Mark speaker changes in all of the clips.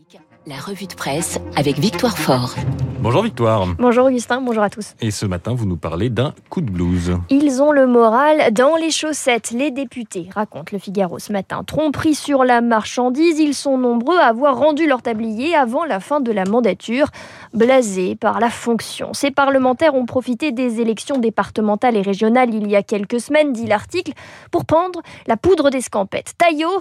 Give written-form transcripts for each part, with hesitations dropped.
Speaker 1: La revue de presse avec Victoire Fort.
Speaker 2: Bonjour Victoire.
Speaker 3: Bonjour Augustin, bonjour à tous.
Speaker 2: Et ce matin, vous nous parlez d'un coup de blues.
Speaker 3: Ils ont le moral dans les chaussettes. Les députés, raconte le Figaro ce matin. Tromperie sur la marchandise, ils sont nombreux à avoir rendu leur tablier avant la fin de la mandature. Blasés par la fonction. Ces parlementaires ont profité des élections départementales et régionales il y a quelques semaines, dit l'article, pour prendre la poudre d'escampette. Taillot.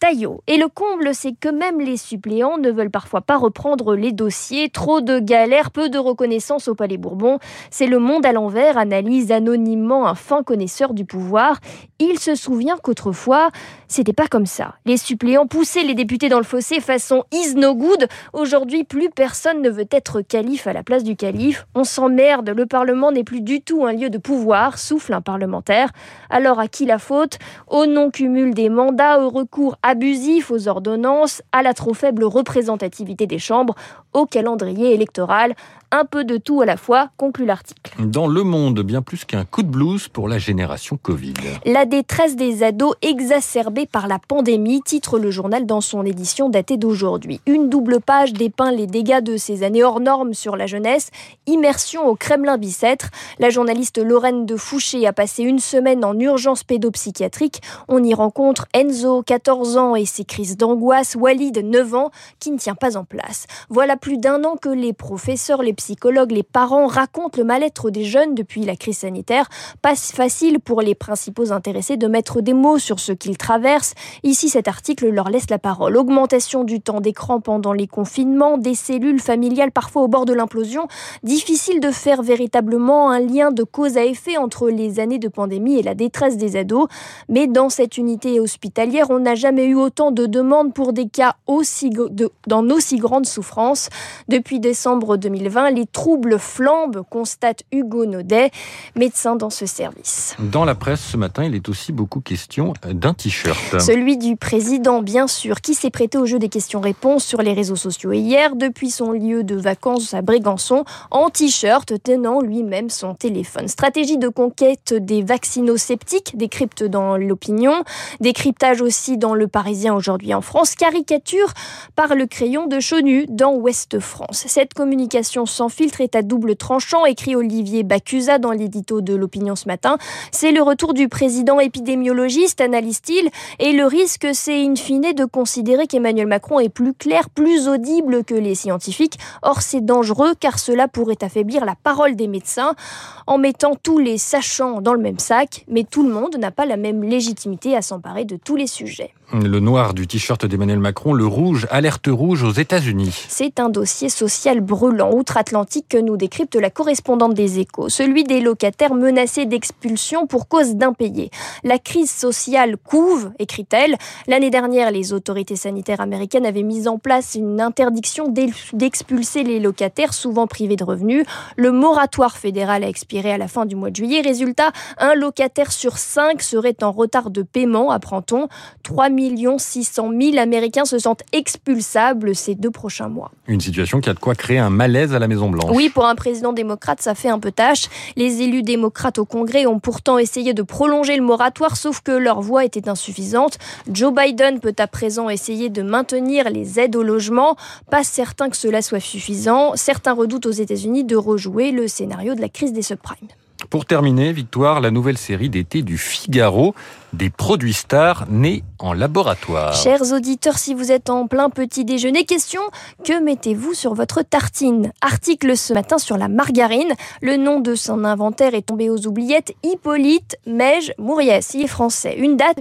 Speaker 3: Et le comble, c'est que même les suppléants ne veulent parfois pas reprendre les dossiers. Trop de galères, peu de reconnaissance au Palais Bourbon. C'est Le Monde à l'envers, analyse anonymement un fin connaisseur du pouvoir. Il se souvient qu'autrefois, c'était pas comme ça. Les suppléants poussaient les députés dans le fossé façon is no good. Aujourd'hui, plus personne ne veut être calife à la place du calife. On s'emmerde, le Parlement n'est plus du tout un lieu de pouvoir, souffle un parlementaire. Alors à qui la faute ? Au non-cumul des mandats, au recours abusif aux ordonnances, à la trop faible représentativité des chambres, au calendrier électoral. Un peu de tout à la fois, conclut l'article.
Speaker 2: Dans Le Monde, bien plus qu'un coup de blues pour la génération Covid.
Speaker 3: La détresse des ados exacerbée par la pandémie, titre le journal dans son édition datée d'aujourd'hui. Une double page dépeint les dégâts de ces années hors normes sur la jeunesse. Immersion au Kremlin-Bicêtre. La journaliste Lorraine de Fouché a passé une semaine en urgence pédopsychiatrique. On y rencontre Enzo, 14 ans, et ses crises d'angoisse. Walid, 9 ans, qui ne tient pas en place. Voilà plus d'un an que les professeurs, les psychologues, les parents racontent le mal-être des jeunes depuis la crise sanitaire. Pas facile pour les principaux intéressés de mettre des mots sur ce qu'ils traversent. Ici, cet article leur laisse la parole. Augmentation du temps d'écran pendant les confinements, des cellules familiales parfois au bord de l'implosion. Difficile de faire véritablement un lien de cause à effet entre les années de pandémie et la détresse des ados. Mais dans cette unité hospitalière, on n'a jamais eu autant de demandes pour des cas dans aussi grande souffrance. Depuis décembre 2020, les troubles flambent, constate Hugo Naudet, médecin dans ce service.
Speaker 2: Dans la presse ce matin, il est aussi beaucoup question d'un t-shirt.
Speaker 3: Celui du président, bien sûr, qui s'est prêté au jeu des questions-réponses sur les réseaux sociaux hier, depuis son lieu de vacances à Brégançon, en t-shirt, tenant lui-même son téléphone. Stratégie de conquête des vaccinosceptiques, décrypte dans l'opinion, décryptage aussi dans Le Parisien aujourd'hui en France, caricature par le crayon de Chonu dans Ouest France. Cette communication sans filtre est à double tranchant, écrit Olivier Bacusa dans l'édito de l'opinion ce matin. C'est le retour du président épidémiologiste, analyse-t-il, et le risque, c'est in fine de considérer qu'Emmanuel Macron est plus clair, plus audible que les scientifiques. Or, c'est dangereux car cela pourrait affaiblir la parole des médecins en mettant tous les sachants dans le même sac, mais tout le monde n'a pas la même légitimité à s'emparer de tous les sujets.
Speaker 2: Le noir du t-shirt d'Emmanuel Macron, le rouge, alerte rouge aux États-Unis.
Speaker 3: C'est un dossier social brûlant outre-Atlantique que nous décrypte la correspondante des Échos, celui des locataires menacés d'expulsion pour cause d'impayés. La crise sociale couve, écrit-elle. L'année dernière, les autorités sanitaires américaines avaient mis en place une interdiction d'expulser les locataires, souvent privés de revenus. Le moratoire fédéral a expiré à la fin du mois de juillet. Résultat, un locataire sur 5 serait en retard de paiement, apprend-on. 3 600 000 Américains se sentent expulsables ces 2 prochains mois.
Speaker 2: Une situation qui a de quoi créer un malaise à la Maison-Blanche.
Speaker 3: Oui, pour un président démocrate, ça fait un peu tâche. Les élus démocrates au Congrès ont pourtant essayé de prolonger le moratoire, sauf que leur voix était insuffisante. Joe Biden peut à présent essayer de maintenir les aides au logement. Pas certain que cela soit suffisant. Certains redoutent aux États-Unis de rejouer le scénario de la crise des subprimes.
Speaker 2: Pour terminer, Victoire, la nouvelle série d'été du Figaro, des produits stars nés en laboratoire.
Speaker 3: Chers auditeurs, si vous êtes en plein petit déjeuner, question, que mettez-vous sur votre tartine ? Article ce matin sur la margarine. Le nom de son inventaire est tombé aux oubliettes. Hippolyte Mège Mouriès, il est français. Une date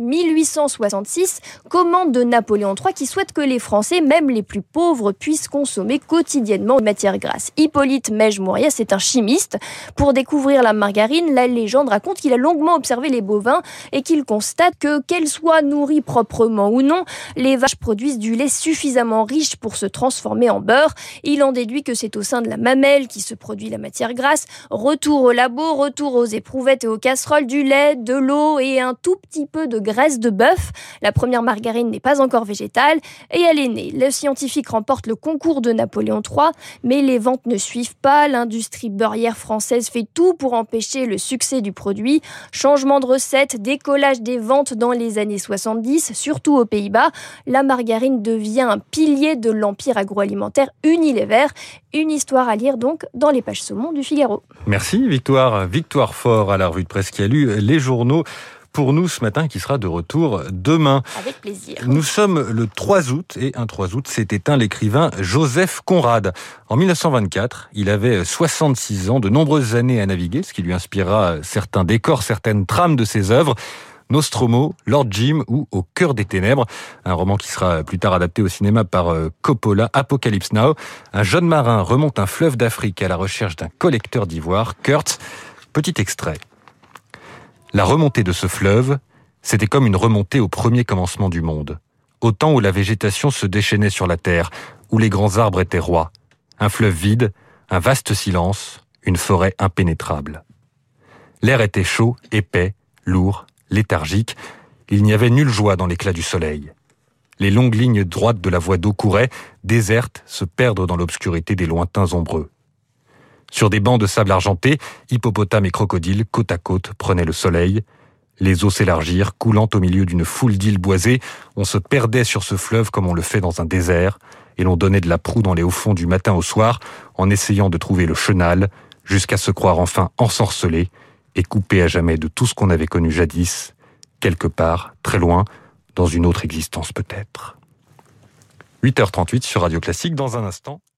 Speaker 3: 1866, commande de Napoléon III qui souhaite que les Français, même les plus pauvres, puissent consommer quotidiennement de matière grasse. Hippolyte Mège Mouriès est un chimiste. Pour découvrir la margarine, la légende raconte qu'il a longuement observé les bovins et qu'il constate que, qu'elles soient nourries proprement ou non, les vaches produisent du lait suffisamment riche pour se transformer en beurre. Il en déduit que c'est au sein de la mamelle qui se produit la matière grasse. Retour au labo, retour aux éprouvettes et aux casseroles, du lait, de l'eau et un tout petit peu de graisse de bœuf. La première margarine n'est pas encore végétale et elle est née. Le scientifique remporte le concours de Napoléon III, mais les ventes ne suivent pas. L'industrie beurrière française fait tout pour empêcher le succès du produit. Changement de recette, décollage des les ventes dans les années 70, surtout aux Pays-Bas. La margarine devient un pilier de l'empire agroalimentaire Unilever. Une histoire à lire donc dans les pages saumon du Figaro.
Speaker 2: Merci Victoire. Victoire Fort à la revue de presse qui a lu les journaux pour nous ce matin, qui sera de retour demain.
Speaker 3: Avec plaisir.
Speaker 2: Nous sommes le 3 août et un 3 août s'est éteint l'écrivain Joseph Conrad. En 1924, il avait 66 ans, de nombreuses années à naviguer, ce qui lui inspirera certains décors, certaines trames de ses œuvres. Nostromo, Lord Jim ou Au cœur des ténèbres, un roman qui sera plus tard adapté au cinéma par Coppola, Apocalypse Now. Un jeune marin remonte un fleuve d'Afrique à la recherche d'un collecteur d'ivoire, Kurt. Petit extrait. La remontée de ce fleuve, c'était comme une remontée au premier commencement du monde. Au temps où la végétation se déchaînait sur la terre, où les grands arbres étaient rois. Un fleuve vide, un vaste silence, une forêt impénétrable. L'air était chaud, épais, lourd, léthargique. Il n'y avait nulle joie dans l'éclat du soleil. Les longues lignes droites de la voie d'eau couraient, désertes, se perdre dans l'obscurité des lointains ombreux. Sur des bancs de sable argenté, hippopotames et crocodiles, côte à côte, prenaient le soleil. Les eaux s'élargirent, coulant au milieu d'une foule d'îles boisées. On se perdait sur ce fleuve comme on le fait dans un désert, et l'on donnait de la proue dans les hauts-fonds du matin au soir, en essayant de trouver le chenal, jusqu'à se croire enfin ensorcelé et coupé à jamais de tout ce qu'on avait connu jadis, quelque part, très loin, dans une autre existence peut-être. 8h38 sur Radio Classique, dans un instant.